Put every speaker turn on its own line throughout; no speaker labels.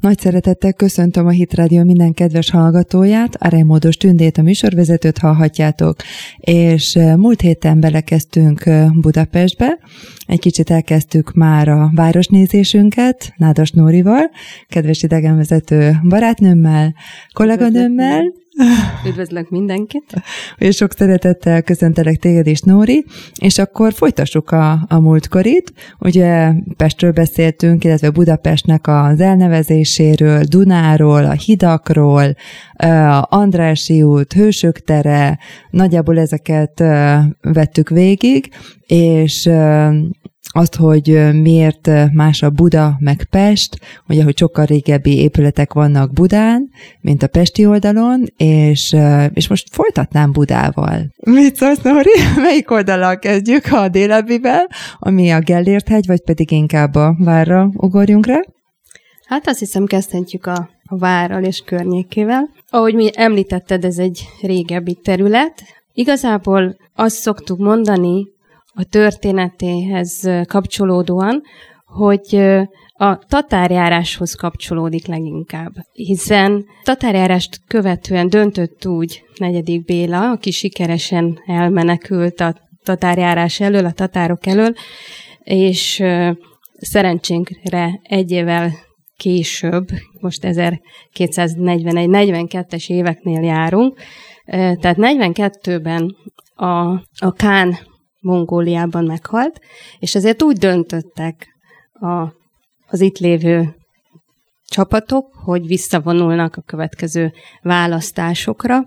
Nagy szeretettel köszöntöm a Hit Rádió minden kedves hallgatóját, Arany Tündét, a műsorvezetőt hallhatjátok, és múlt héten belekezdtünk Budapestbe, egy kicsit elkezdtük már a városnézésünket Nádas Nórival, kedves idegenvezető barátnőmmel, kolléganőmmel.
Üdvözlök mindenkit!
És sok szeretettel köszöntelek téged is, Nóri, és akkor folytassuk a múltkorit. Ugye Pestről beszéltünk, illetve Budapestnek az elnevezéséről, Dunáról, a hidakról, Andrássy út, Hősök tere, nagyjából ezeket vettük végig, és azt, hogy miért más a Buda meg Pest, ugye, hogy sokkal régebbi épületek vannak Budán, mint a pesti oldalon, és most folytatnám Budával. Mit szólsz, Nóri? Melyik oldallal kezdjük, a délebbivel, ami a Gellért-hegy, vagy pedig inkább a várra ugorjunk rá?
Hát azt hiszem, kezdhetjük a várral és környékével. Ahogy mi említetted, ez egy régebbi terület. Igazából azt szoktuk mondani, a történetéhez kapcsolódóan, hogy a tatárjáráshoz kapcsolódik leginkább. Hiszen tatárjárást követően döntött úgy Negyedik Béla, aki sikeresen elmenekült a tatárjárás elől, a tatárok elől, és szerencsénkre egy évvel később, most 1241-42-es éveknél járunk, tehát 42-ben a Kán Mongóliában meghalt, és ezért úgy döntöttek az itt lévő csapatok, hogy visszavonulnak a következő választásokra,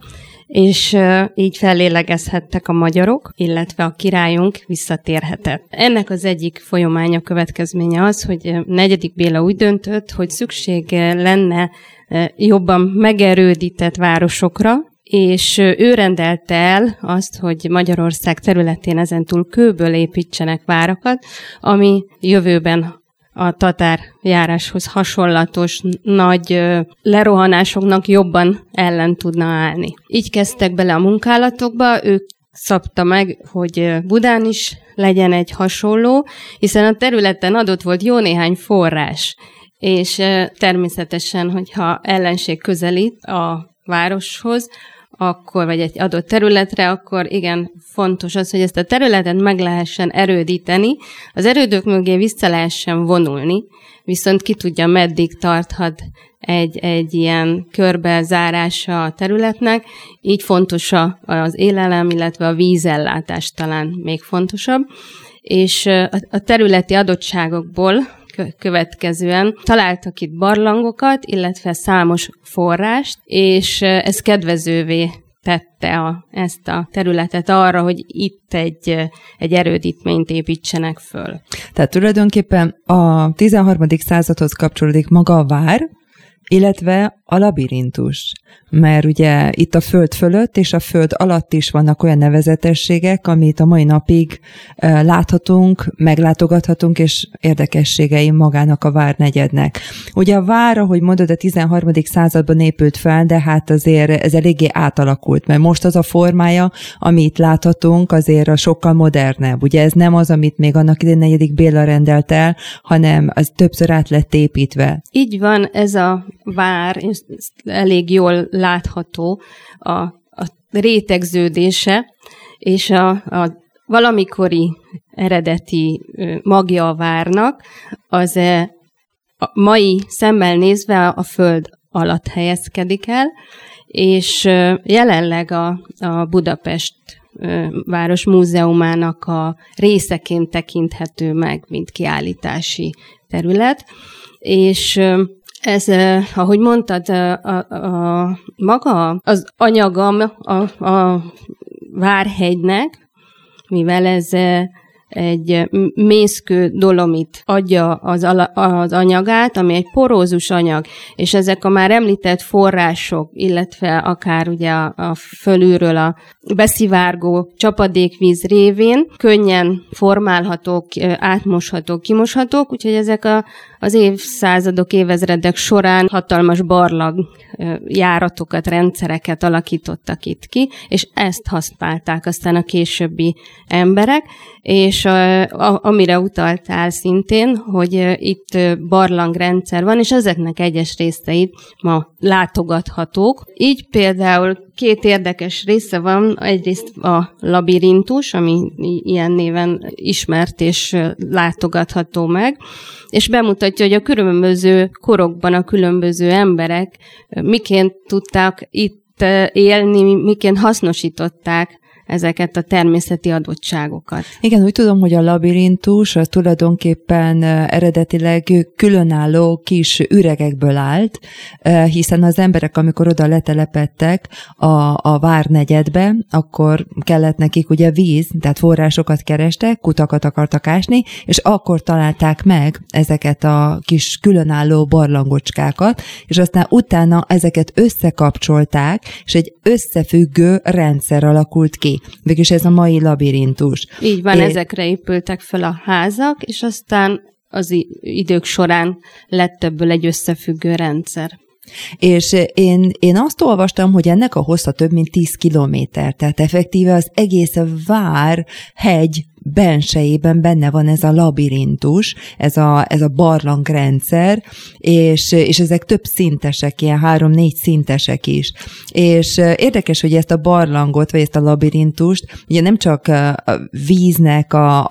és így fellélegezhettek a magyarok, illetve a királyunk visszatérhetett. Ennek az egyik folyamánya, következménye az, hogy Negyedik Béla úgy döntött, hogy szükség lenne jobban megerődített városokra, és ő rendelte el azt, hogy Magyarország területén ezentúl kőből építsenek várakat, ami jövőben a tatárjáráshoz hasonlatos nagy lerohanásoknak jobban ellen tudna állni. Így kezdtek bele a munkálatokba, ő szabta meg, hogy Budán is legyen egy hasonló, hiszen a területen adott volt jó néhány forrás, és természetesen, hogyha ellenség közelít a városhoz, akkor, vagy egy adott területre, akkor igen, fontos az, hogy ezt a területet meg lehessen erődíteni, az erődök mögé vissza lehessen vonulni, viszont ki tudja, meddig tarthat egy ilyen körbezárása a területnek, így fontos az élelem, illetve a vízellátás talán még fontosabb, és a területi adottságokból következően találtak itt barlangokat, illetve számos forrást, és ez kedvezővé tette ezt a területet arra, hogy itt egy erődítményt építsenek föl.
Tehát tulajdonképpen a 13. századhoz kapcsolódik maga a vár, illetve a labirintus. Mert ugye itt a föld fölött és a föld alatt is vannak olyan nevezetességek, amit a mai napig láthatunk, meglátogathatunk, és érdekességei magának a várnegyednek. Ugye a vár, ahogy mondod, a 13. században épült fel, de hát azért ez eléggé átalakult, mert most az a formája, amit láthatunk, azért sokkal modernebb. Ugye ez nem az, amit még annak idején Negyedik Béla rendelt el, hanem az többször át lett építve.
Így van, ez a vár, és elég jól látható a rétegződése, és a valamikori eredeti magja a várnak, az a mai szemmel nézve a föld alatt helyezkedik el, és jelenleg a Budapest Város Múzeumának a részeként tekinthető meg, mint kiállítási terület, és ez, ahogy mondtad, maga az anyaga a Várhegynek, mivel ez egy mészkő dolomit adja az anyagát, ami egy porózus anyag, és ezek a már említett források, illetve akár ugye a fölülről a beszivárgó csapadékvíz révén könnyen formálhatók, átmoshatók, kimoshatók, úgyhogy ezek az évszázadok, évezredek során hatalmas barlang járatokat, rendszereket alakítottak itt ki, és ezt használták aztán a későbbi emberek, és amire utaltál szintén, hogy itt barlangrendszer van, és ezeknek egyes részeit ma látogathatók. Így például 2 érdekes része van, egyrészt a labirintus, ami ilyen néven ismert és látogatható meg, és bemutatja, hogy a különböző korokban a különböző emberek miként tudták itt élni, miként hasznosították ezeket a természeti adottságokat.
Igen, úgy tudom, hogy a labirintus az tulajdonképpen eredetileg különálló kis üregekből állt, hiszen az emberek, amikor oda letelepedtek a várnegyedbe, akkor kellett nekik ugye víz, tehát forrásokat kerestek, kutakat akartak ásni, és akkor találták meg ezeket a kis különálló barlangocskákat, és aztán utána ezeket összekapcsolták, és egy összefüggő rendszer alakult ki. Végülis ez a mai labirintus.
Így van, ezekre épültek fel a házak, és aztán az idők során lett ebből egy összefüggő rendszer.
És én azt olvastam, hogy ennek a hossza több mint 10 kilométer, tehát effektíve az egész várhegy bensejében benne van ez a labirintus, ez a barlangrendszer, és ezek több szintesek, ilyen 3-4 szintesek is. És érdekes, hogy ezt a barlangot, vagy ezt a labirintust, ugye nem csak a víznek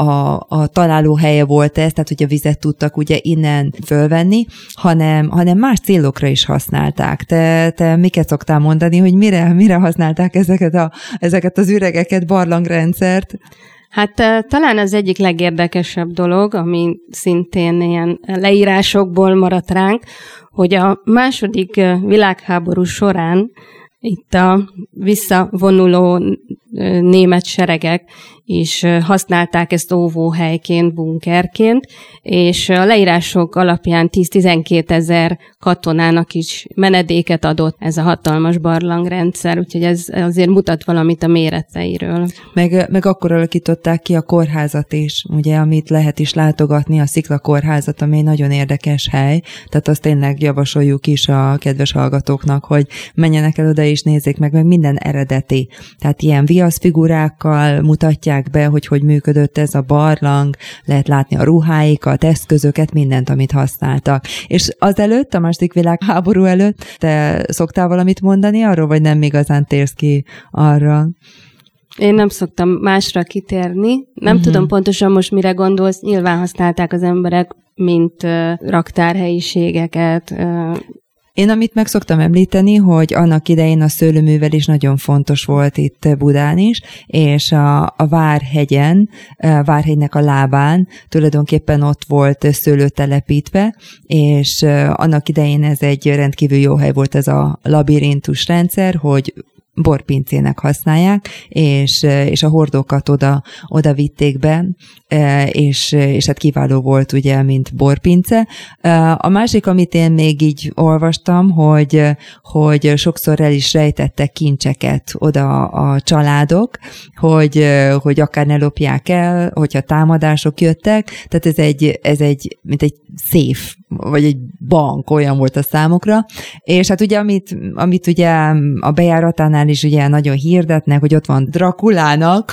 a találó helye volt ez, tehát hogy a vizet tudtak ugye innen fölvenni, hanem más célokra is használták. Te miket szoktál mondani, hogy mire használták ezeket az üregeket, barlangrendszert?
Hát talán az egyik legérdekesebb dolog, ami szintén ilyen leírásokból maradt ránk, hogy a második világháború során itt a visszavonuló német seregek is használták ezt óvóhelyként, bunkerként, és a leírások alapján 10-12 ezer katonának is menedéket adott ez a hatalmas barlangrendszer, úgyhogy ez azért mutat valamit a méreteiről.
Meg akkor alakították ki a kórházat is, ugye, amit lehet is látogatni, a Sziklakórházat, ami egy nagyon érdekes hely, tehát azt tényleg javasoljuk is a kedves hallgatóknak, hogy menjenek el oda és nézzék meg minden eredeti. Tehát ilyen viaszfigurákkal mutatják be, hogy működött ez a barlang, lehet látni a ruháikat, eszközöket, mindent, amit használtak. És azelőtt, a második világháború előtt, te szoktál valamit mondani arról, vagy nem igazán térsz ki arra?
Én nem szoktam másra kitérni. Nem tudom pontosan most mire gondolsz. Nyilván használták az emberek, mint raktárhelyiségeket.
Én amit meg szoktam említeni, hogy annak idején a szőlőművelés nagyon fontos volt itt Budán is, és a Várhegyen, Várhegynek a lábán tulajdonképpen ott volt szőlő telepítve, és annak idején ez egy rendkívül jó hely volt ez a labirintus rendszer, hogy borpincének használják, és a hordókat oda vitték be, és hát kiváló volt ugye, mint borpince. A másik, amit én még így olvastam, hogy sokszor el is rejtettek kincseket oda a családok, hogy akár ne lopják el, hogyha támadások jöttek, tehát ez egy mint egy széf, vagy egy bank, olyan volt a számukra, és hát ugye, amit ugye a bejáratánál is ugye nagyon hirdetnek, hogy ott van Drakulának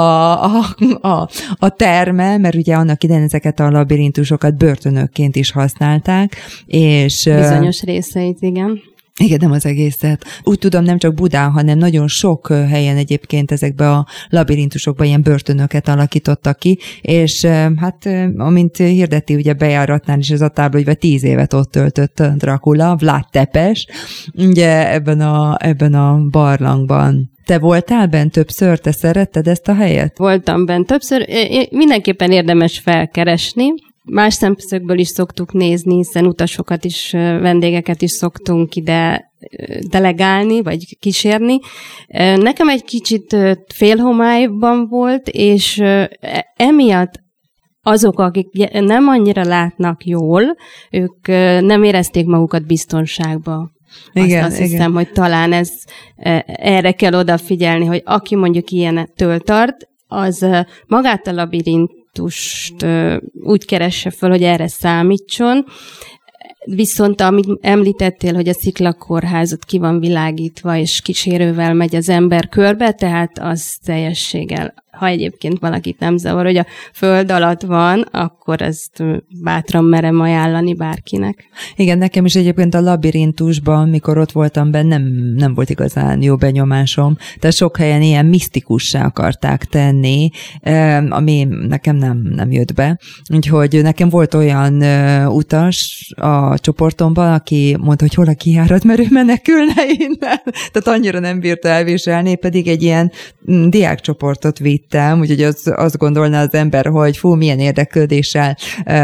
a terme, mert ugye annak idején ezeket a labirintusokat börtönökként is használták, és
bizonyos részeit, igen.
Igen, nem az egészet. Úgy tudom, nem csak Budán, hanem nagyon sok helyen egyébként ezekbe a labirintusokban ilyen börtönöket alakítottak ki, és hát amint hirdeti ugye bejáratnál is ez a tábla, hogy 10 évet ott töltött Drakula, Vlad Tepes, ugye ebben a barlangban. Te voltál bent többször? Te szeretted ezt a helyet?
Voltam bent többször. Mindenképpen érdemes felkeresni. Más szemszögből is szoktuk nézni, hiszen utasokat is, vendégeket is szoktunk ide delegálni, vagy kísérni. Nekem egy kicsit félhomályban volt, és emiatt azok, akik nem annyira látnak jól, ők nem érezték magukat biztonságba.
Igen,
azt hiszem, hogy talán erre kell odafigyelni, hogy aki mondjuk ilyenettől tart, az magát a labirint labirintust úgy keresse föl, hogy erre számítson. Viszont amit említettél, hogy a sziklakórházat ki van világítva, és kísérővel megy az ember körbe, tehát az teljességgel, ha egyébként valakit nem zavar, hogy a föld alatt van, akkor ezt bátran merem ajánlani bárkinek.
Igen, nekem is egyébként a labirintusban, mikor ott voltam benne, nem volt igazán jó benyomásom, tehát sok helyen ilyen misztikussá akarták tenni, ami nekem nem jött be. Úgyhogy nekem volt olyan utas a csoportomban, aki mondta, hogy hol a kijárat, mert ő menekülne innen. Tehát annyira nem bírta elviselni, pedig egy ilyen diákcsoportot vittem, úgyhogy azt gondolná az ember, hogy fú, milyen érdeklődéssel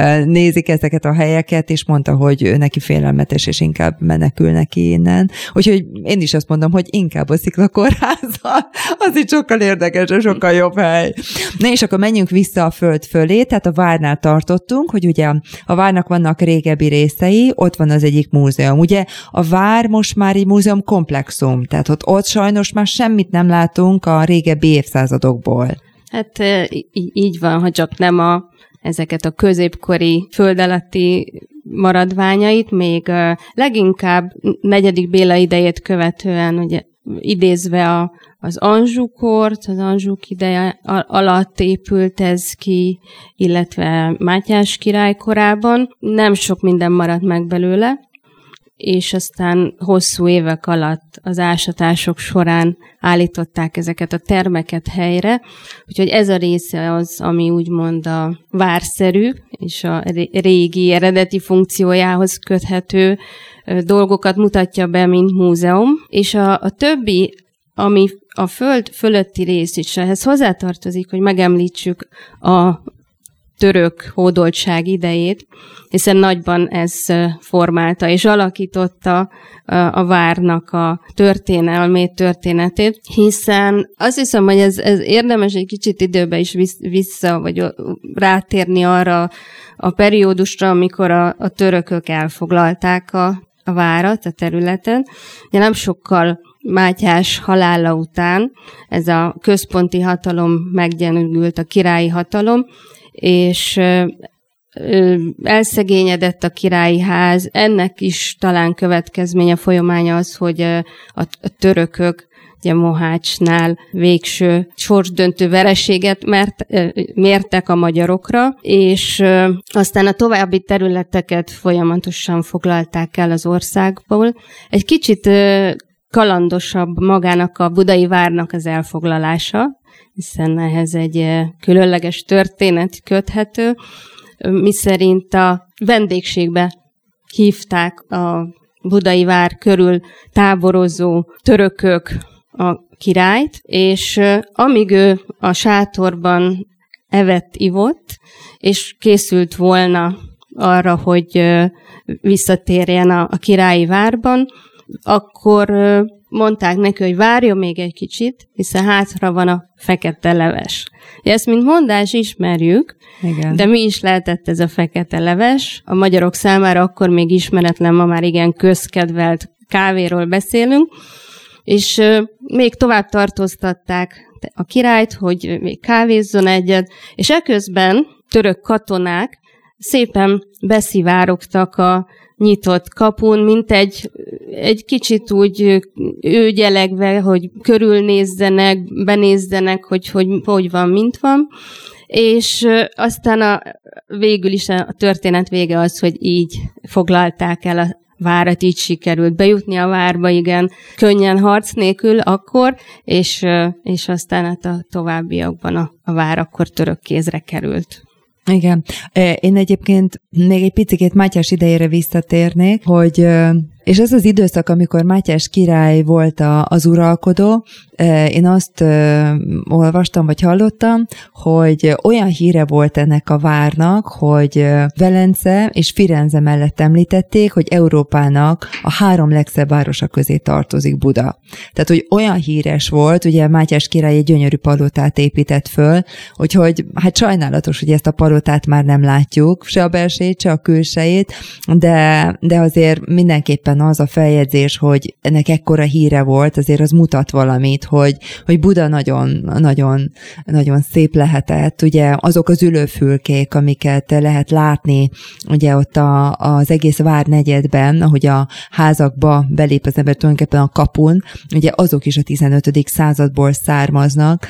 nézik ezeket a helyeket, és mondta, hogy neki félelmetes, és inkább menekül neki innen. Úgyhogy én is azt mondom, hogy inkább a sziklakórházzal, az itt sokkal érdekesebb, sokkal jobb hely. Na és akkor menjünk vissza a föld fölé, tehát a várnál tartottunk, hogy ugye a várnak vannak régebbi részei, ott van az egyik múzeum. Ugye a vár most már egy múzeum komplexum, tehát ott sajnos már semmit nem látunk a régebbi évszázadokból.
Hát így van, ha csak nem ezeket a középkori föld alatti maradványait, még leginkább 4. Béla idejét követően, ugye idézve az Anjou-kort, az Anjouk ideje alatt épült ez ki, illetve Mátyás király korában. Nem sok minden maradt meg belőle, és aztán hosszú évek alatt az ásatások során állították ezeket a termeket helyre, úgyhogy ez a része az, ami úgymond a várszerű és a régi eredeti funkciójához köthető dolgokat mutatja be, mint múzeum, és a többi, ami a föld fölötti rész is, ehhez hozzátartozik, hogy megemlítsük a török hódoltság idejét, hiszen nagyban ez formálta és alakította a várnak a történetét, hiszen azt hiszem, hogy ez érdemes egy kicsit időbe is vissza, vagy rátérni arra a periódusra, amikor a törökök elfoglalták a várat, a területen. De nem sokkal Mátyás halála után ez a központi hatalom meggyengült, a királyi hatalom, és elszegényedett a királyi ház. Ennek is talán következménye, folyamánya az, hogy a törökök ugye Mohácsnál végső sorsdöntő vereséget mértek a magyarokra, és aztán a további területeket folyamatosan foglalták el az országból. Egy kicsit kalandosabb magának a budai várnak az elfoglalása, hiszen ehhez egy különleges történet köthető, miszerint a vendégségbe hívták a budai vár körül táborozó törökök a királyt, és amíg ő a sátorban evett, ivott, és készült volna arra, hogy visszatérjen a királyi várban, akkor mondták neki, hogy várjon még egy kicsit, hiszen hátra van a fekete leves. Ezt, mint mondás, ismerjük, igen. De mi is lehetett ez a fekete leves? A magyarok számára akkor még ismeretlen, ma már igen közkedvelt kávéról beszélünk, és még tovább tartóztatták a királyt, hogy még kávézzon egyet, és eközben török katonák szépen beszivárogtak a nyitott kapun, mint egy kicsit úgy őgyelegve, hogy körülnézzenek, benézzenek, hogy van, mint van. És aztán végül is a történet vége az, hogy így foglalták el a várat, így sikerült bejutni a várba, igen, könnyen harc nélkül akkor, és aztán hát a továbbiakban a vár akkor török kézre került.
Igen. Én egyébként még egy picit Mátyás idejére visszatérnék, hogy és ez az időszak, amikor Mátyás király volt az uralkodó, én azt olvastam, vagy hallottam, hogy olyan híre volt ennek a várnak, hogy Velence és Firenze mellett említették, hogy Európának a 3 legszebb városa közé tartozik Buda. Tehát, hogy olyan híres volt, ugye Mátyás király egy gyönyörű palotát épített föl, úgyhogy hát sajnálatos, hogy ezt a palotát már nem látjuk, se a belsejét, se a külsejét, de azért mindenképpen utána az a feljegyzés, hogy ennek ekkora híre volt, azért az mutat valamit, hogy Buda nagyon szép lehetett. Ugye azok az ülőfülkék, amiket lehet látni, ugye ott az egész várnegyedben, ahogy a házakba belép az ember tulajdonképpen a kapun, ugye azok is a 15. századból származnak,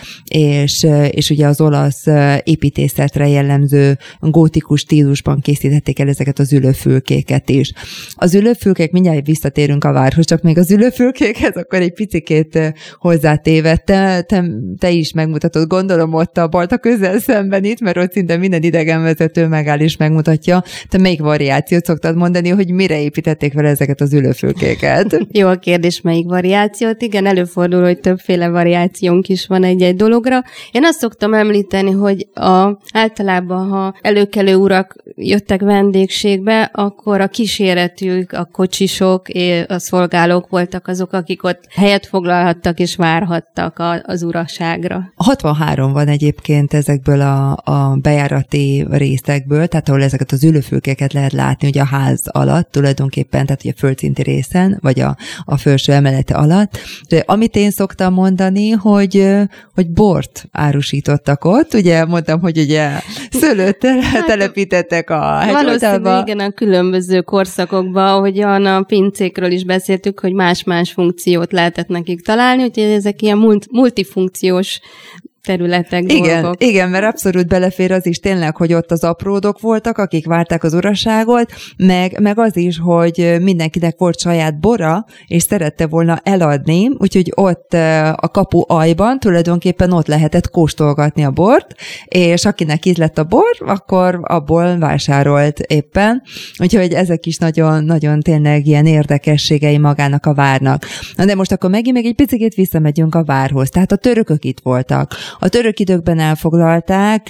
és ugye az olasz építészetre jellemző gótikus stílusban készítették el ezeket az ülőfülkéket is. Az ülőfülkék, mindjárt visszatérünk a várhoz, csak még az ülőfülkékhez, akkor egy picikét hozzátéve. Te is megmutatod, gondolom ott a Balta közel szemben itt, mert ott szinte minden idegenvezető megáll és megmutatja. Te melyik variációt szoktad mondani, hogy mire építették vele ezeket az ülőfülkéket?
Jó a kérdés, melyik variációt. Igen, előfordul, hogy többféle variációnk is van egy-egy dologra. Én azt szoktam említeni, hogy általában, ha előkelő urak jöttek vendégségbe, akkor a kíséretük, a kocsisok, a szolgálók voltak azok, akik ott helyet foglalhattak és várhattak az uraságra. 63
van egyébként ezekből a bejárati részekből, tehát ahol ezeket az ülőfülkéket lehet látni, ugye a ház alatt tulajdonképpen, tehát ugye a földszinti részen, vagy a felső emelete alatt. De amit én szoktam mondani, hogy bort árusítottak ott, ugye mondtam, hogy ugye szőlőt telepítettek a hegyoldalba.
Valószínűleg igen, a különböző korszakokban, ahogyan a pincékről is beszéltük, hogy más-más funkciót lehetett nekik találni, úgyhogy ezek ilyen multifunkciós területek, dolgok.
Igen, mert abszolút belefér az is tényleg, hogy ott az apródok voltak, akik várták az uraságot, meg az is, hogy mindenkinek volt saját bora, és szerette volna eladni, úgyhogy ott a kapu aljban tulajdonképpen ott lehetett kóstolgatni a bort, és akinek itt lett a bor, akkor abból vásárolt éppen. Úgyhogy ezek is nagyon tényleg ilyen érdekességei magának a várnak. Na de most akkor megint még egy picit visszamegyünk a várhoz. Tehát a törökök itt voltak. A török időkben elfoglalták,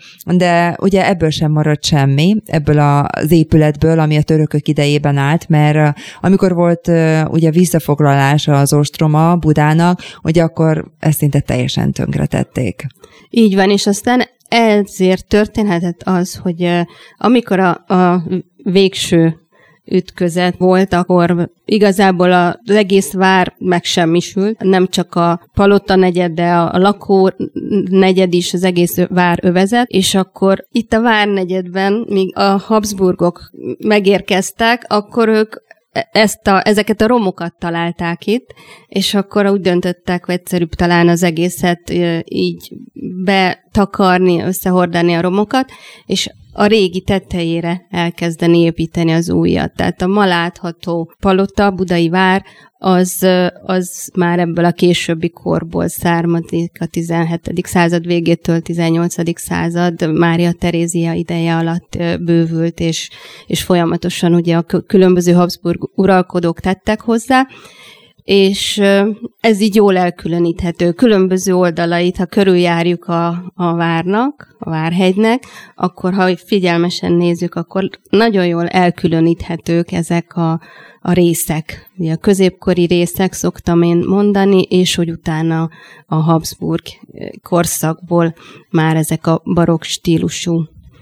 de ugye ebből sem maradt semmi, ebből az épületből, ami a törökök idejében állt, mert amikor volt ugye visszafoglalása az ostroma Budának, ugye akkor ezt szinte teljesen tönkretették.
Így van, és aztán ezért történhetett az, hogy amikor a végső ütközet volt, akkor igazából az egész vár megsemmisült, nem csak a palota negyed, de a lakó negyed is, az egész várövezet, és akkor itt a várnegyedben, míg a Habsburgok megérkeztek, akkor ők ezeket a romokat találták itt, és akkor úgy döntöttek, hogy egyszerűbb talán az egészet így betakarni, összehordani a romokat, és a régi tetejére elkezdeni építeni az újat. Tehát a ma látható palota, budai vár, az már ebből a későbbi korból származik, a 17. század végétől 18. század Mária Terézia ideje alatt bővült, és folyamatosan ugye a különböző Habsburg uralkodók tettek hozzá, és ez így jól elkülöníthető. Különböző oldalait, ha körüljárjuk a várnak, a várhegynek, akkor ha figyelmesen nézzük, akkor nagyon jól elkülöníthetők ezek a részek. Ugye a középkori részek szoktam én mondani, és hogy utána a Habsburg korszakból már ezek a barokk stílusú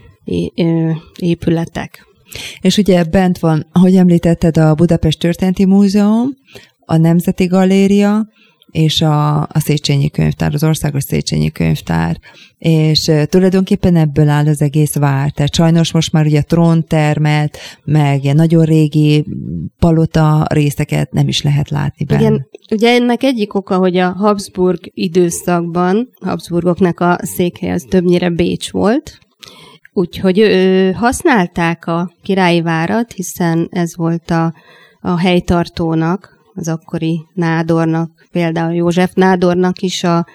épületek.
És ugye bent van, ahogy említetted, a Budapest Történeti Múzeum, a Nemzeti Galéria és a Széchenyi Könyvtár, az Országos Széchenyi Könyvtár, és tulajdonképpen ebből áll az egész vár. Tehát sajnos most már ugye tróntermet, meg ilyen nagyon régi palota részeket nem is lehet látni benne.
Igen, ugye ennek egyik oka, hogy a Habsburg időszakban, Habsburgoknak a székhelye az többnyire Bécs volt, úgyhogy használták a királyi várat, hiszen ez volt a helytartónak, az akkori nádornak, például József nádornak is a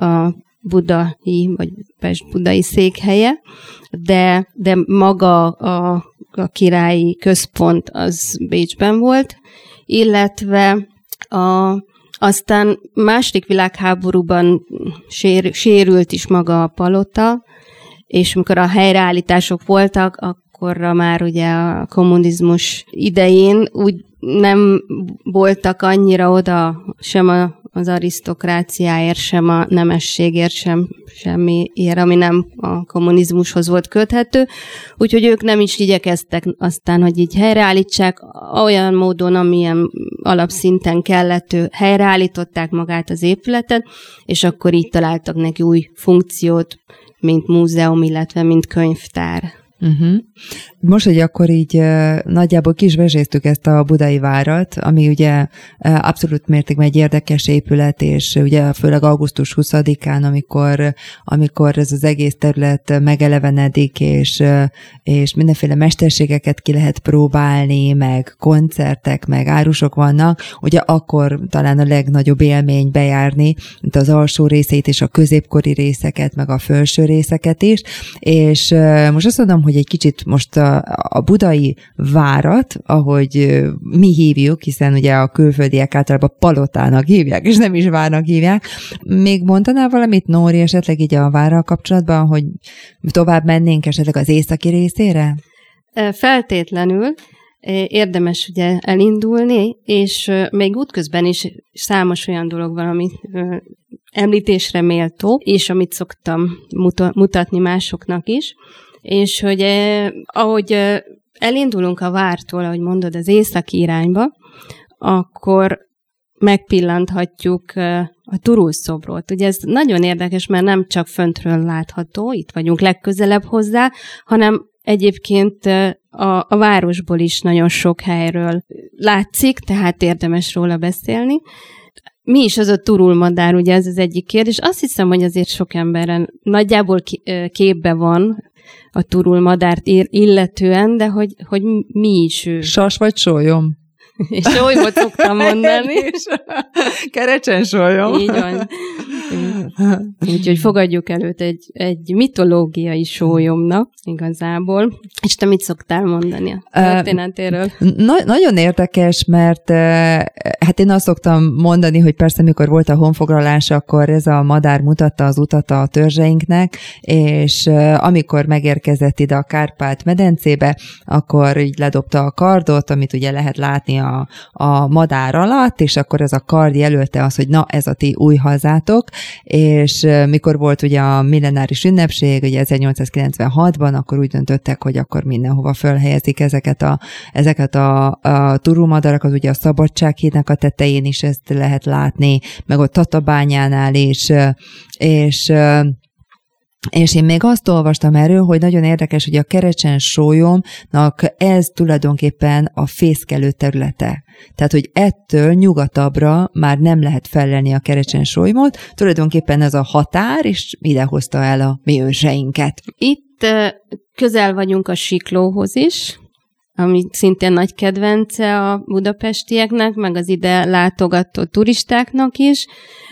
budai, vagy pest-budai székhelye, de maga a királyi központ az Bécsben volt, illetve aztán második világháborúban sérült is maga a palota, és amikor a helyreállítások voltak, akkorra már ugye a kommunizmus idején úgy nem voltak annyira oda sem az arisztokráciáért, sem a nemességért, sem semmiért, ami nem a kommunizmushoz volt köthető. Úgyhogy ők nem is igyekeztek aztán, hogy így helyreállítsák olyan módon, amilyen alapszinten kellett, helyreállították magát az épületet, és akkor így találtak neki új funkciót, mint múzeum, illetve mint könyvtár.
Uh-huh. Most, hogy akkor így nagyjából ki is veséztük ezt a budai várat, ami ugye abszolút mértékben egy érdekes épület, és ugye főleg augusztus 20-án, amikor ez az egész terület megelevenedik, és mindenféle mesterségeket ki lehet próbálni, meg koncertek, meg árusok vannak, ugye akkor talán a legnagyobb élmény bejárni, mint az alsó részét és a középkori részeket, meg a felső részeket is, és most azt mondom, hogy egy kicsit most a budai várat, ahogy mi hívjuk, hiszen ugye a külföldiek általában palotának hívják, és nem is várnak hívják. Még mondanál valamit, Nóri, esetleg így a várral kapcsolatban, hogy tovább mennénk esetleg az északi részére?
Feltétlenül. Érdemes ugye elindulni, és még útközben is számos olyan dolog van, ami említésre méltó, és amit szoktam mutatni másoknak is. És hogy ahogy elindulunk a vártól, ahogy mondod, az északi irányba, akkor megpillanthatjuk a Turul-szobrot. Ugye ez nagyon érdekes, mert nem csak föntről látható, itt vagyunk legközelebb hozzá, hanem egyébként a városból is nagyon sok helyről látszik, tehát érdemes róla beszélni. Mi is az a turulmadár, ugye ez az egyik kérdés. Azt hiszem, hogy azért sok emberen nagyjából képbe van a turulmadárt illetően, de hogy mi is ő.
Sas vagy sólyom?
És sólymot szoktam mondani.
Kerecsen sólyom.
Így van. Úgyhogy fogadjuk előtt egy mitológiai sólyomnak igazából. És te mit szoktál mondani a történetéről?
Nagyon érdekes, mert hát én azt szoktam mondani, hogy persze mikor volt a honfoglalás, akkor ez a madár mutatta az utat a törzseinknek, és amikor megérkezett ide a Kárpát-medencébe, akkor így ledobta a kardot, amit ugye lehet látni a madár alatt, és akkor ez a kard jelölte azt, hogy na, ez a ti új hazátok, és mikor volt ugye a millenáris ünnepség, ugye 1896-ban, akkor úgy döntöttek, hogy akkor mindenhova fölhelyezik ezeket a turulmadarakat, ugye a Szabadsághídnak a tetején is ezt lehet látni, meg ott Tatabányánál is, és én még azt olvastam erről, hogy nagyon érdekes, hogy a Kerecsen-sólyomnak ez tulajdonképpen a fészkelő területe. Tehát, hogy ettől nyugatabbra már nem lehet fellelni a Kerecsen-sólymot, tulajdonképpen ez a határ, és ide hozta el a mi őseinket.
Itt közel vagyunk a Siklóhoz is, ami szintén nagy kedvence a budapestieknek, meg az ide látogató turistáknak is.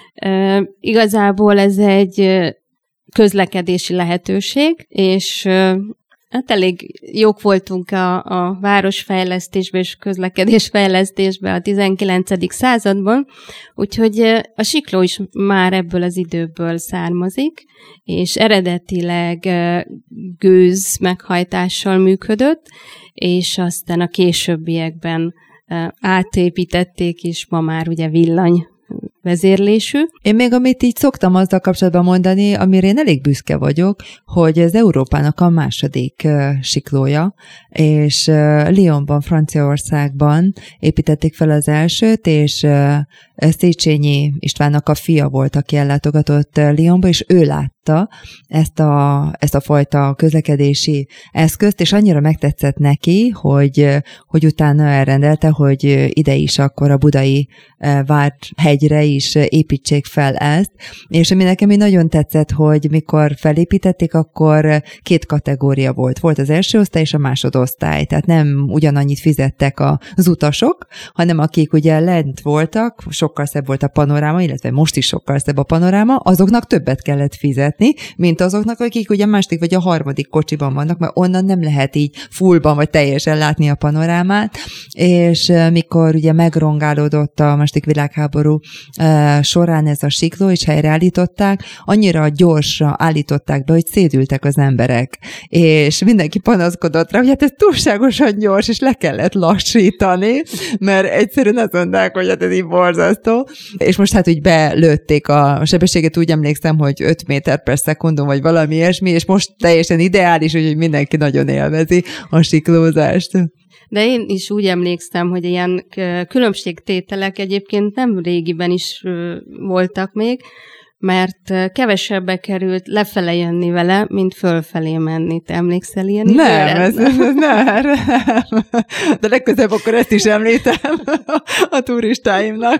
Igazából ez egy közlekedési lehetőség, és hát elég jók voltunk a városfejlesztésben és közlekedésfejlesztésben a 19. században, úgyhogy a Sikló is már ebből az időből származik, és eredetileg gőz meghajtással működött, és aztán a későbbiekben átépítették, és ma már ugye villany vezérlésű.
Én még amit így szoktam azzal kapcsolatban mondani, amire én elég büszke vagyok, hogy ez Európának a második siklója, és Lyonban, Franciaországban építették fel az elsőt, és Széchenyi Istvánnak a fia volt, aki ellátogatott Lyonba, és ő látta ezt a fajta közlekedési eszközt, és annyira megtetszett neki, hogy utána elrendelte, hogy ide is akkor a budai Várhegyre is építsék fel ezt, és ami nekem így nagyon tetszett, hogy mikor felépítették, akkor 2 kategória volt. Volt az első osztály és a másodosztály, tehát nem ugyanannyit fizettek az utasok, hanem akik ugye lent voltak, sokkal szebb volt a panoráma, illetve most is sokkal szebb a panoráma, azoknak többet kellett fizetni, mint azoknak, akik ugye a második vagy a harmadik kocsiban vannak, mert onnan nem lehet így fullban vagy teljesen látni a panorámát, és mikor ugye megrongálódott a második világháború során ez a sikló, és helyreállították, annyira gyorsra állították be, hogy szédültek az emberek, és mindenki panaszkodott rá, hogy hát ez túlságosan gyors, és le kellett lassítani, mert egyszerűen azt mondták, hogy hát ez így borzasztó. És most hát úgy belőtték a sebességet, úgy emlékszem, hogy 5 méter per szekundum, vagy valami ilyesmi, és most teljesen ideális, úgyhogy mindenki nagyon élvezi a siklózást.
De én is úgy emlékszem, hogy ilyen különbségtételek egyébként nem régiben is voltak még, mert kevesebbe került lefele jönni vele, mint fölfelé menni. Te emlékszel ilyen
Nem, ez nem. De legközelebb akkor ezt is említem a turistáimnak.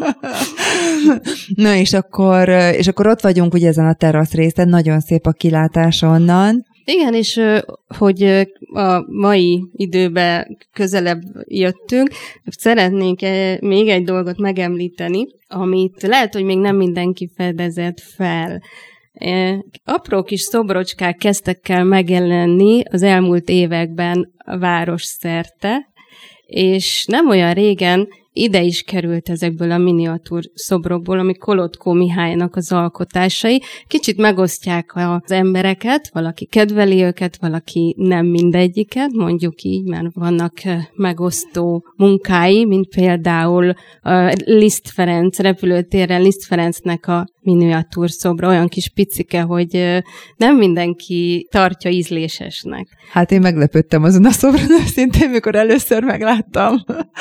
Na, és akkor ott vagyunk ugye ezen a terasz részen, nagyon szép a kilátás onnan.
Igen, és hogy a mai időben közelebb jöttünk, szeretnénk még egy dolgot megemlíteni, amit lehet, hogy még nem mindenki fedezett fel. Apró kis szobrocskák kezdtek el megjelenni az elmúlt években a város szerte, és nem olyan régen ide is került ezekből a miniatúr szobrokból, ami Kolodkó Mihálynak az alkotásai. Kicsit megosztják az embereket, valaki kedveli őket, valaki nem mindegyiket, mondjuk így, mert vannak megosztó munkái, mint például a Liszt Ferenc repülőtéren, Liszt Ferencnek a miniatúr szobra, olyan kis picike, hogy nem mindenki tartja ízlésesnek.
Hát én meglepődtem azon a szobron, őszintén, mikor először megláttam.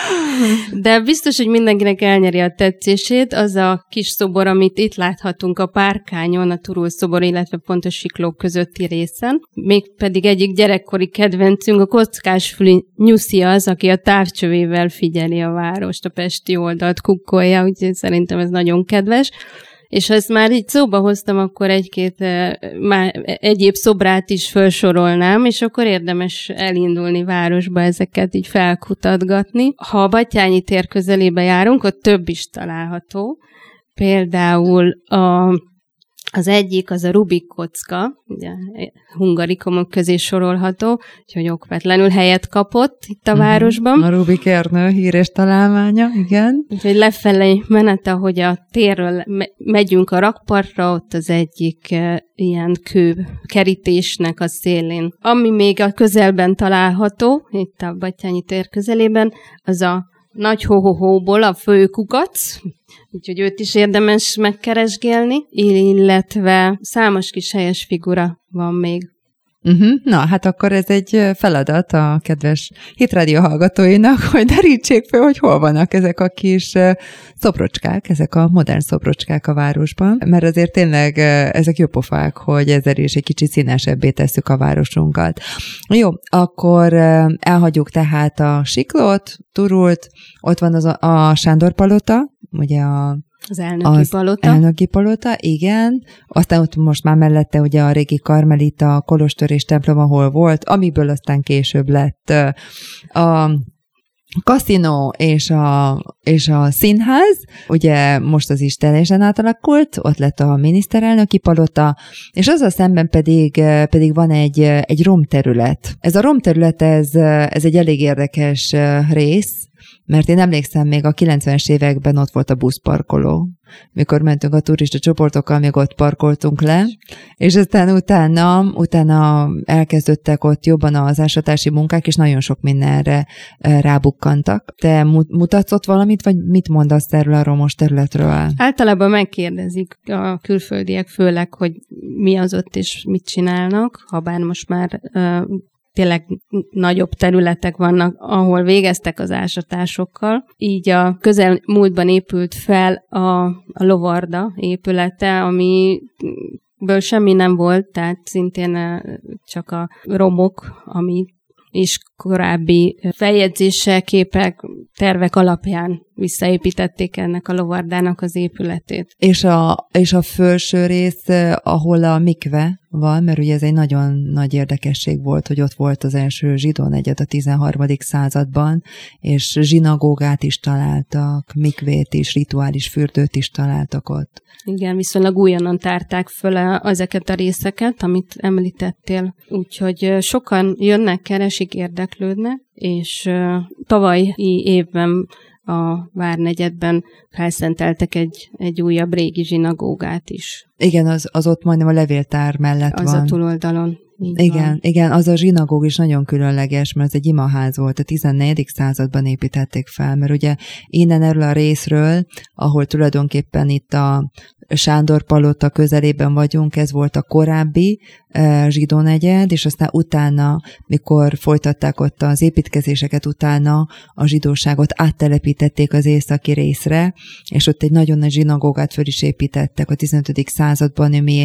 De biztos, hogy mindenkinek elnyeri a tetszését, az a kis szobor, amit itt láthatunk a Párkányon, a Turul szobor, illetve pont a siklók közötti részen. Mégpedig egyik gyerekkori kedvencünk, a kockásfülű Nyuszi az, aki a távcsövével figyeli a várost, a pesti oldalt kukkolja, úgyhogy szerintem ez nagyon kedves. És ha ezt már így szóba hoztam, akkor egy-két egyéb szobrát is felsorolnám, és akkor érdemes elindulni városba ezeket így felkutatgatni. Ha a Batthyány tér közelébe járunk, ott több is található. Például az egyik, az a Rubik kocka, ugye hungarikumok közé sorolható, úgyhogy okvetlenül helyet kapott itt a városban.
A Rubik Ernő híres találmánya, igen.
Úgyhogy lefelé menet, ahogy a térről megyünk a rakpartra, ott az egyik ilyen kő kerítésnek a szélén. Ami még a közelben található, itt a Batthyány tér közelében, az a Nagy Hohohóból a főkukac, úgyhogy őt is érdemes megkeresgélni, illetve számos kis helyes figura van még.
Na, hát akkor ez egy feladat a kedves Hitrádió hallgatóinak, hogy derítsék fel, hogy hol vannak ezek a kis szobrocskák, ezek a modern szobrocskák a városban, mert azért tényleg ezek jópofák, hogy ezzel is egy kicsit színesebbé tesszük a városunkat. Jó, akkor elhagyjuk tehát a Siklót, Turult, ott van a Sándor palota, ugye
az elnöki palota,
igen. Aztán ott most már mellette ugye a régi karmelita kolostor és templom, ahol volt, amiből aztán később lett a kaszinó és a színház, ugye most az is teljesen átalakult, ott lett a miniszterelnöki palota, és azzal szemben pedig van egy romterület. Ez a romterület, ez egy elég érdekes rész, mert én emlékszem, még a 90-es években ott volt a buszparkoló. Mikor mentünk a turista csoportokkal, még ott parkoltunk le, és aztán utána elkezdődtek ott jobban az ásatási munkák, és nagyon sok mindenre rábukkantak. Te mutatsz ott valamit, vagy mit mondasz erről a romos területről?
Általában megkérdezik a külföldiek főleg, hogy mi az ott, és mit csinálnak, habár most már tényleg nagyobb területek vannak, ahol végeztek az ásatásokkal. Így a közelmúltban épült fel a Lovarda épülete, amiből semmi nem volt, tehát szintén csak a romok, ami és korábbi feljegyzések, képek, tervek alapján visszaépítették ennek a lovardának az épületét.
És a felső rész, ahol a mikve van, mert ugye ez egy nagyon nagy érdekesség volt, hogy ott volt az első zsidó negyed a 13. században, és zsinagógát is találtak, mikvét is, rituális fürdőt is találtak ott.
Igen, viszonylag újonnan tárták föl ezeket a részeket, amit említettél. Úgyhogy sokan jönnek, keresik, érdeklődnek, és tavalyi évben a Várnegyedben felszenteltek egy újabb régi zsinagógát is.
Igen, az ott majdnem a levéltár mellett
az
van.
Az a túloldalon.
Igen, az a zsinagóg is nagyon különleges, mert ez egy imaház volt, a 14. században építették fel, mert ugye innen erről a részről, ahol tulajdonképpen itt a Sándor palota közelében vagyunk, ez volt a korábbi zsidó negyed, és aztán utána, mikor folytatták ott az építkezéseket, utána a zsidóságot áttelepítették az északi részre, és ott egy nagyon nagy zsinagógát föl is építettek a 15. században, ami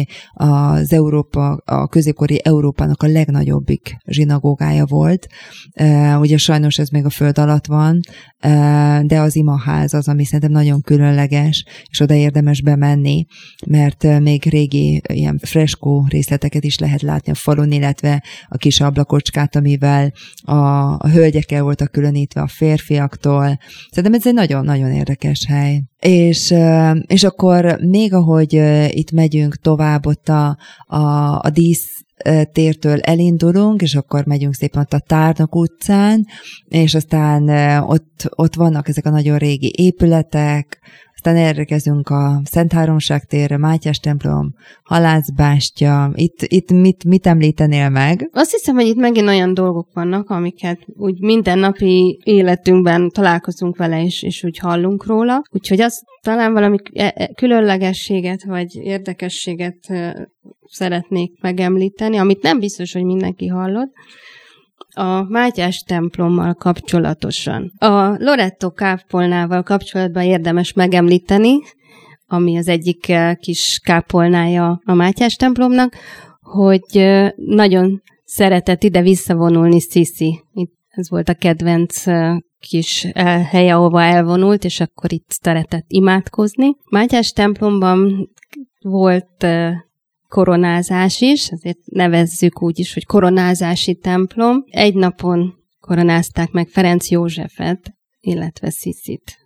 a középkori Európának a legnagyobbik zsinagógája volt. Ugye sajnos ez még a föld alatt van, de az imaház az, ami szerintem nagyon különleges, és oda érdemes bemenni, mert még régi ilyen freskó részleteket is lehet látni a falon, illetve a kis ablakocskát, amivel a hölgyek el voltak különítve a férfiaktól. Szerintem ez egy nagyon-nagyon érdekes hely. És akkor még ahogy itt megyünk tovább, ott a dísztértől elindulunk, és akkor megyünk szépen ott a Tárnok utcán, és aztán ott vannak ezek a nagyon régi épületek, aztán elérkezünk a Szent Háromság térre, Mátyás templom, Halászbástya. Itt mit említenél meg?
Azt hiszem, hogy itt megint olyan dolgok vannak, amiket úgy mindennapi életünkben találkozunk vele, és úgy hallunk róla. Úgyhogy az talán valami különlegességet vagy érdekességet szeretnék megemlíteni, amit nem biztos, hogy mindenki hallott. A Mátyás templommal kapcsolatosan. A Loretto kápolnával kapcsolatban érdemes megemlíteni, ami az egyik kis kápolnája a Mátyás templomnak, hogy nagyon szeretett ide visszavonulni Sisi. Ez volt a kedvenc kis helye, ahova elvonult, és akkor itt szeretett imádkozni. Mátyás templomban volt koronázás is, ezért nevezzük úgy is, hogy koronázási templom. Egy napon koronázták meg Ferenc Józsefet, illetve Sisit.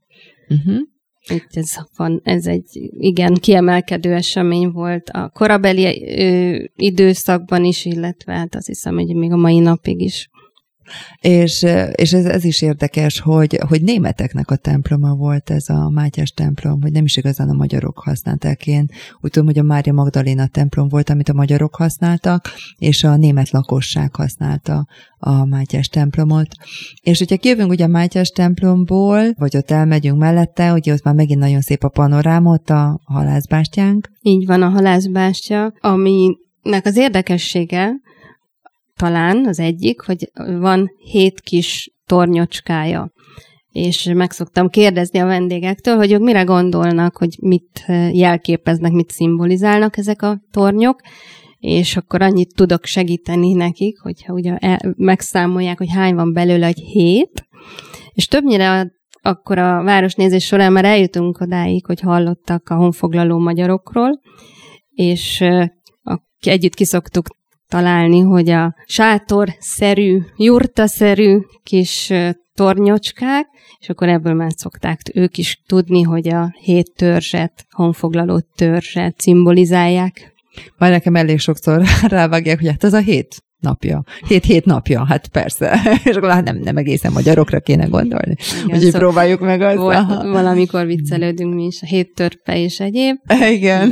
Ez egy igen kiemelkedő esemény volt a korabeli időszakban is, illetve hát azt hiszem, hogy még a mai napig is.
És ez is érdekes, hogy németeknek a temploma volt ez a Mátyás templom, hogy nem is igazán a magyarok használták. Én úgy tudom, hogy a Mária Magdaléna templom volt, amit a magyarok használtak, és a német lakosság használta a Mátyás templomot. És hogyha kijövünk ugye a Mátyás templomból, vagy ott elmegyünk mellette, ugye ott már megint nagyon szép a panoráma, ott a Halászbástyánk.
Így van, a Halászbástya, aminek az érdekessége, talán az egyik, hogy van 7 kis tornyocskája. És meg szoktam kérdezni a vendégektől, hogy ők mire gondolnak, hogy mit jelképeznek, mit szimbolizálnak ezek a tornyok, és akkor annyit tudok segíteni nekik, hogyha ugye megszámolják, hogy hány van belőle, hogy 7, és többnyire akkor a városnézés során már eljutunk odáig, hogy hallottak a honfoglaló magyarokról, és együtt kiszoktuk találni, hogy a sátorszerű, jurtaszerű kis tornyocskák, és akkor ebből már szokták ők is tudni, hogy a 7 törzset, honfoglaló törzset szimbolizálják.
Már nekem elég sokszor rávágják, hogy hát ez a 7 napja. 7 napja, hát persze. És akkor hát nem egészen magyarokra kéne gondolni. Úgyhogy próbáljuk meg azt.
Valamikor viccelődünk mi is, a 7 törpe és egyéb.
Igen.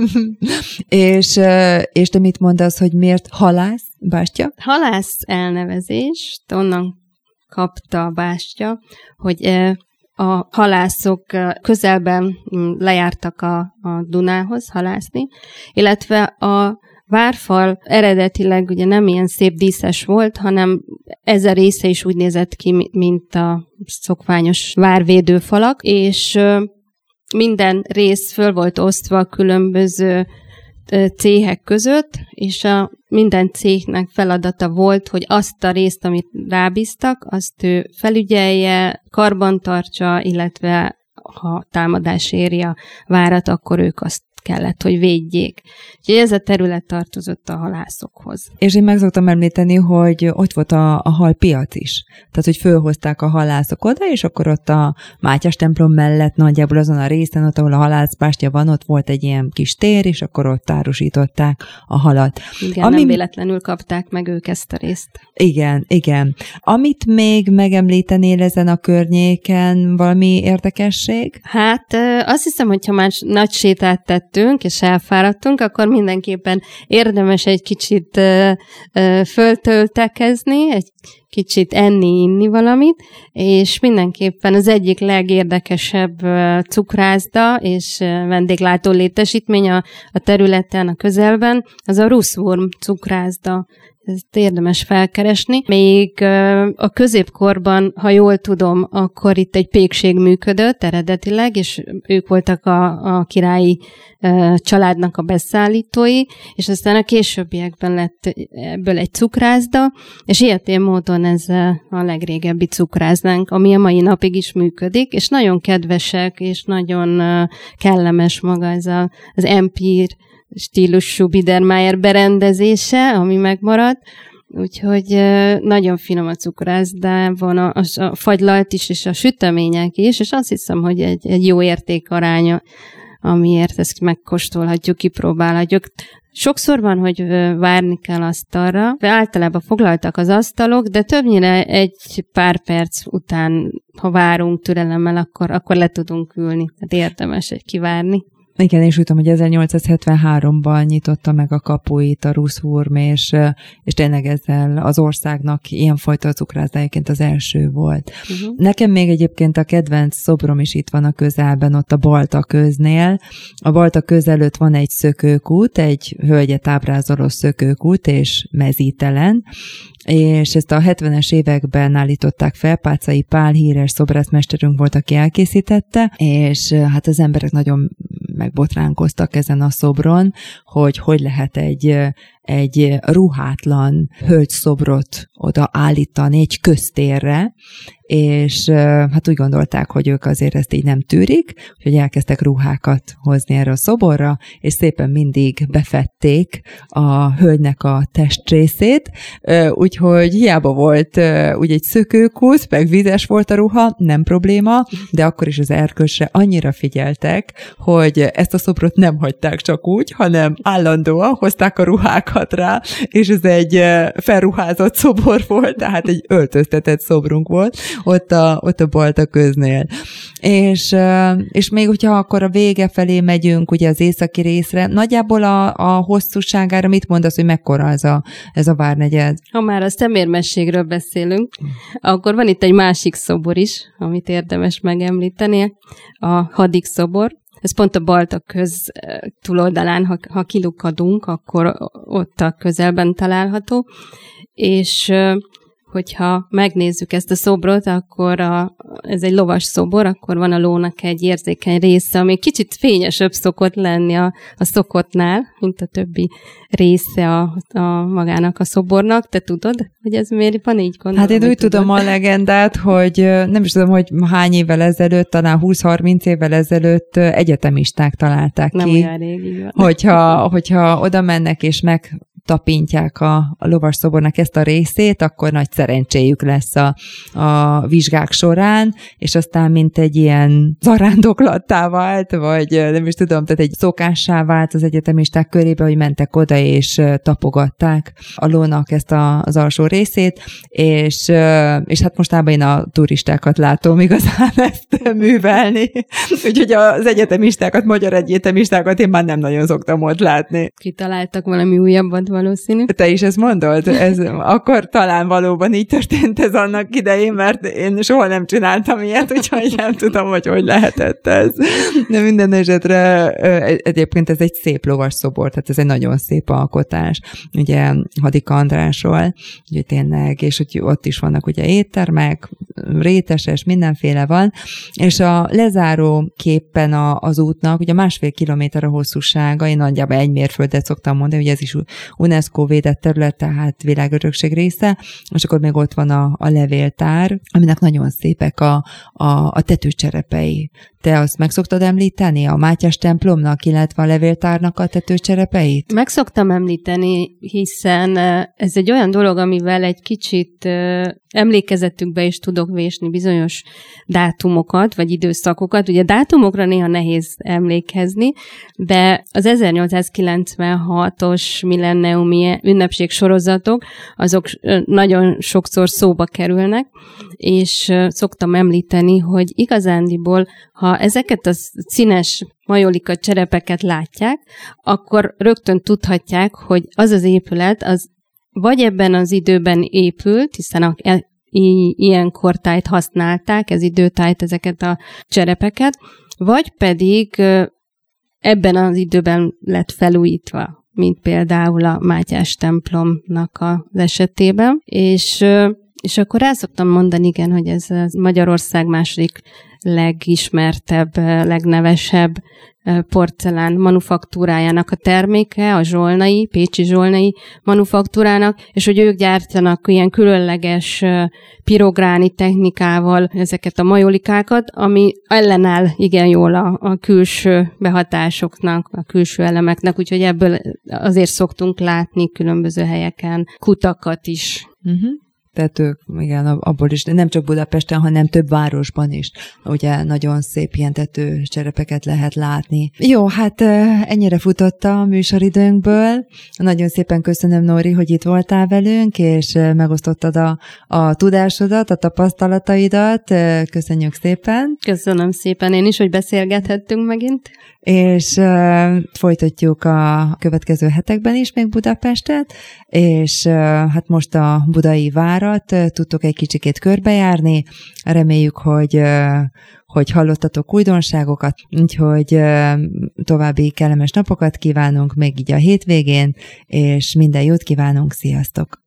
És te mit mondasz, hogy miért Halászbástya?
Halász elnevezést onnan kapta a bástya, hogy a halászok közelben lejártak a Dunához halászni, illetve a várfal eredetileg ugye nem ilyen szép díszes volt, hanem ez a része is úgy nézett ki, mint a szokványos várvédőfalak, és minden rész föl volt osztva a különböző céhek között, és minden cégnek feladata volt, hogy azt a részt, amit rábíztak, azt ő felügyelje, karbantartsa, illetve ha támadás éri a várat, akkor ők azt kellett, hogy védjék. Úgyhogy ez a terület tartozott a halászokhoz.
És én meg szoktam említeni, hogy ott volt a halpiac is. Tehát, hogy fölhozták a halászok oda, és akkor ott a Mátyás templom mellett nagyjából azon a részen, ott, ahol a halászbástya van, ott volt egy ilyen kis tér, és akkor ott árusították a halat.
Igen, nem véletlenül kapták meg ők ezt a részt.
Igen. Amit még megemlítenél ezen a környéken, valami érdekesség?
Hát azt hiszem, hogyha már nagy sétát vezettünk, és elfáradtunk, akkor mindenképpen érdemes egy kicsit föltöltekezni, egy kicsit enni-inni valamit, és mindenképpen az egyik legérdekesebb cukrászda és vendéglátó létesítmény a területen, a közelben, az a Ruszwurm cukrászda. Ezt érdemes felkeresni. Még a középkorban, ha jól tudom, akkor itt egy pékség működött eredetileg, és ők voltak a királyi családnak a beszállítói, és aztán a későbbiekben lett ebből egy cukrászda, és ilyetén módon ez a legrégebbi cukrászdánk, ami a mai napig is működik, és nagyon kedvesek, és nagyon kellemes maga ez az Empire stílusú Biedermeier berendezése, ami megmaradt, úgyhogy nagyon finom a cukrászdában, a fagylalt is, és a sütemények is, és azt hiszem, hogy egy jó értékaránya, amiért ezt megkóstolhatjuk, kipróbálhatjuk. Sokszor van, hogy várni kell asztalra, de általában foglaltak az asztalok, de többnyire egy pár perc után, ha várunk türelemmel, akkor le tudunk ülni. Tehát érdemes kivárni.
Igen, és úgy tudom, hogy 1873-ban nyitotta meg a kapuit a Ruszwurm, és tényleg ezzel az országnak ilyenfajta cukrászdájaként az első volt. Uh-huh. Nekem még egyébként a kedvenc szobrom is itt van a közelben, ott a Balta köznél. A Balta köz előtt van egy szökőkút, egy hölgyet ábrázoló szökőkút és mezítelen, és ezt a 70-es években állították fel, Páczai Pál híres szobrászmesterünk volt, aki elkészítette, és hát az emberek nagyon megbotránkoztak ezen a szobron, hogy lehet egy ruhátlan hölgyszobrot oda állítani egy köztérre, és hát úgy gondolták, hogy ők azért ezt így nem tűrik, hogy elkezdtek ruhákat hozni erre a szoborra, és szépen mindig befették a hölgynek a testrészét, úgyhogy hiába volt úgy egy szökőkút, meg vizes volt a ruha, nem probléma, de akkor is az erkölcsre annyira figyeltek, hogy ezt a szobrot nem hagyták csak úgy, hanem állandóan hozták a ruhákat rá, és ez egy felruházott szobor volt, tehát egy öltöztetett szobrunk volt, ott a Balta köznél. És még hogyha akkor a vége felé megyünk, ugye az északi részre, nagyjából a hosszúságára mit mondasz, hogy mekkora ez a várnegyed?
Ha már a szemérmességről beszélünk, akkor van itt egy másik szobor is, amit érdemes megemlíteni, a Hadik szobor. Ez pont a Balta köz túloldalán, ha kilukadunk, akkor ott a közelben található, és hogyha megnézzük ezt a szobrot, akkor ez egy lovas szobor, akkor van a lónak egy érzékeny része, ami kicsit fényesebb szokott lenni a szokottnál, mint a többi része a magának a szobornak. Te tudod, hogy ez miért van így? Gondolom,
hát én úgy tudom a legendát, hogy nem is tudom, hogy hány évvel ezelőtt, talán 20-30 évvel ezelőtt egyetemisták találták
nem
ki.
Nem olyan rég, így van.
Hogyha oda mennek és megtapintják a lovas szobornak ezt a részét, akkor nagy szerencséjük lesz a vizsgák során, és aztán mint egy ilyen zarándoklattá vált, vagy nem is tudom, tehát egy szokássá vált az egyetemisták körébe, hogy mentek oda, és tapogatták a lónak ezt az alsó részét, és hát mostában én a turistákat látom igazán ezt művelni. Úgyhogy az egyetemistákat, magyar egyetemistákat én már nem nagyon szoktam ott látni.
Kitaláltak valami újabbat valószínű.
Te is ezt mondod? Akkor talán valóban így történt ez annak idején, mert én soha nem csináltam ilyet, úgyhogy nem tudom, hogy lehetett ez. De minden esetre egyébként ez egy szép lovas szobor, tehát ez egy nagyon szép alkotás. Ugye Hadik Andrásról, ugye tényleg, és hogy ott is vannak ugye éttermek, réteses, mindenféle van, és a lezáró képpen az útnak, ugye 1,5 kilométer a hosszúsága, én nagyjából 1 mérföldet szoktam mondani, ugye ez is UNESCO védett terület, tehát világörökség része, és akkor még ott van a levéltár, aminek nagyon szépek a tetőcserepei. Te azt meg szoktad említeni a Mátyás templomnak, illetve a levéltárnak a tetőcserepeit?
Meg szoktam említeni, hiszen ez egy olyan dolog, amivel egy kicsit emlékezetükbe is tudok vésni bizonyos dátumokat, vagy időszakokat. Ugye dátumokra néha nehéz emlékezni, de az 1896-os millenniumi ünnepség sorozatok, azok nagyon sokszor szóba kerülnek, és szoktam említeni, hogy igazándiból, ha ha ezeket a színes majolika cserepeket látják, akkor rögtön tudhatják, hogy az az épület, az vagy ebben az időben épült, hiszen ilyen kortájt használták, ez időtájt ezeket a cserepeket, vagy pedig ebben az időben lett felújítva, mint például a Mátyás templomnak az esetében. És akkor el szoktam mondani, igen, hogy ez a Magyarország második legismertebb, legnevesebb porcelán manufaktúrájának a terméke, a zsolnai, pécsi zsolnai manufaktúrának, és hogy ők gyártanak ilyen különleges pirográni technikával ezeket a majolikákat, ami ellenáll igen jól a külső behatásoknak, a külső elemeknek, úgyhogy ebből azért szoktunk látni különböző helyeken kutakat is.
Uh-huh. Tehát ők, igen, abból is, nem csak Budapesten, hanem több városban is. Ugye nagyon szép ilyen tetőcserepeket lehet látni. Jó, hát ennyire futott a műsoridőnkből. Nagyon szépen köszönöm, Nóri, hogy itt voltál velünk, és megosztottad a tudásodat, a tapasztalataidat. Köszönjük szépen.
Köszönöm szépen én is, hogy beszélgethettünk megint.
És folytatjuk a következő hetekben is még Budapestet, és hát most a budai várat tudtok egy kicsikét körbejárni. Reméljük, hogy hallottatok újdonságokat, úgyhogy további kellemes napokat kívánunk még így a hétvégén, és minden jót kívánunk, sziasztok!